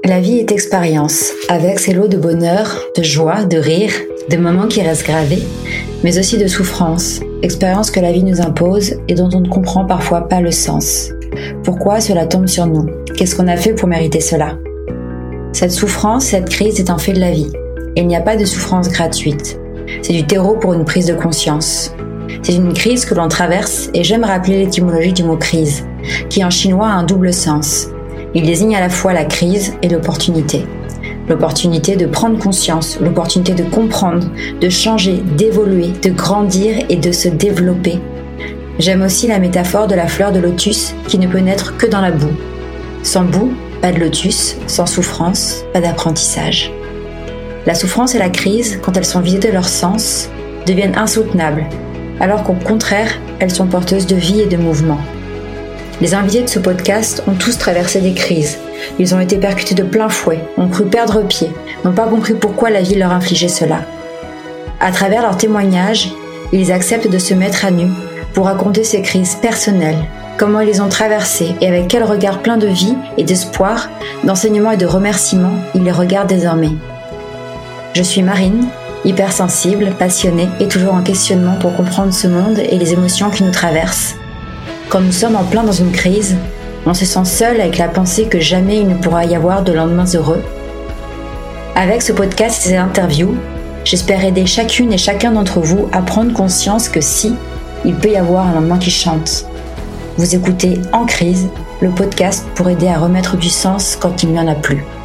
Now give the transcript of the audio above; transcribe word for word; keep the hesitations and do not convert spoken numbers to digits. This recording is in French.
La vie est expérience, avec ses lots de bonheur, de joie, de rire, de moments qui restent gravés, mais aussi de souffrance, expérience que la vie nous impose et dont on ne comprend parfois pas le sens. Pourquoi cela tombe sur nous? Qu'est-ce qu'on a fait pour mériter cela? Cette souffrance, cette crise est un fait de la vie. Et il n'y a pas de souffrance gratuite. C'est du terreau pour une prise de conscience. C'est une crise que l'on traverse et j'aime rappeler l'étymologie du mot crise, qui en chinois a un double sens. Il désigne à la fois la crise et l'opportunité. L'opportunité de prendre conscience, l'opportunité de comprendre, de changer, d'évoluer, de grandir et de se développer. J'aime aussi la métaphore de la fleur de lotus qui ne peut naître que dans la boue. Sans boue, pas de lotus, sans souffrance, pas d'apprentissage. La souffrance et la crise, quand elles sont vidées de leur sens, deviennent insoutenables, alors qu'au contraire, elles sont porteuses de vie et de mouvement. Les invités de ce podcast ont tous traversé des crises. Ils ont été percutés de plein fouet, ont cru perdre pied, n'ont pas compris pourquoi la vie leur infligeait cela. À travers leurs témoignages, ils acceptent de se mettre à nu pour raconter ces crises personnelles, comment ils les ont traversées et avec quel regard plein de vie et d'espoir, d'enseignement et de remerciements ils les regardent désormais. Je suis Marine, hypersensible, passionnée et toujours en questionnement pour comprendre ce monde et les émotions qui nous traversent. Quand nous sommes en plein dans une crise, on se sent seul avec la pensée que jamais il ne pourra y avoir de lendemains heureux. Avec ce podcast et ces interviews, j'espère aider chacune et chacun d'entre vous à prendre conscience que si, il peut y avoir un lendemain qui chante. Vous écoutez En Crise, le podcast pour aider à remettre du sens quand il n'y en a plus.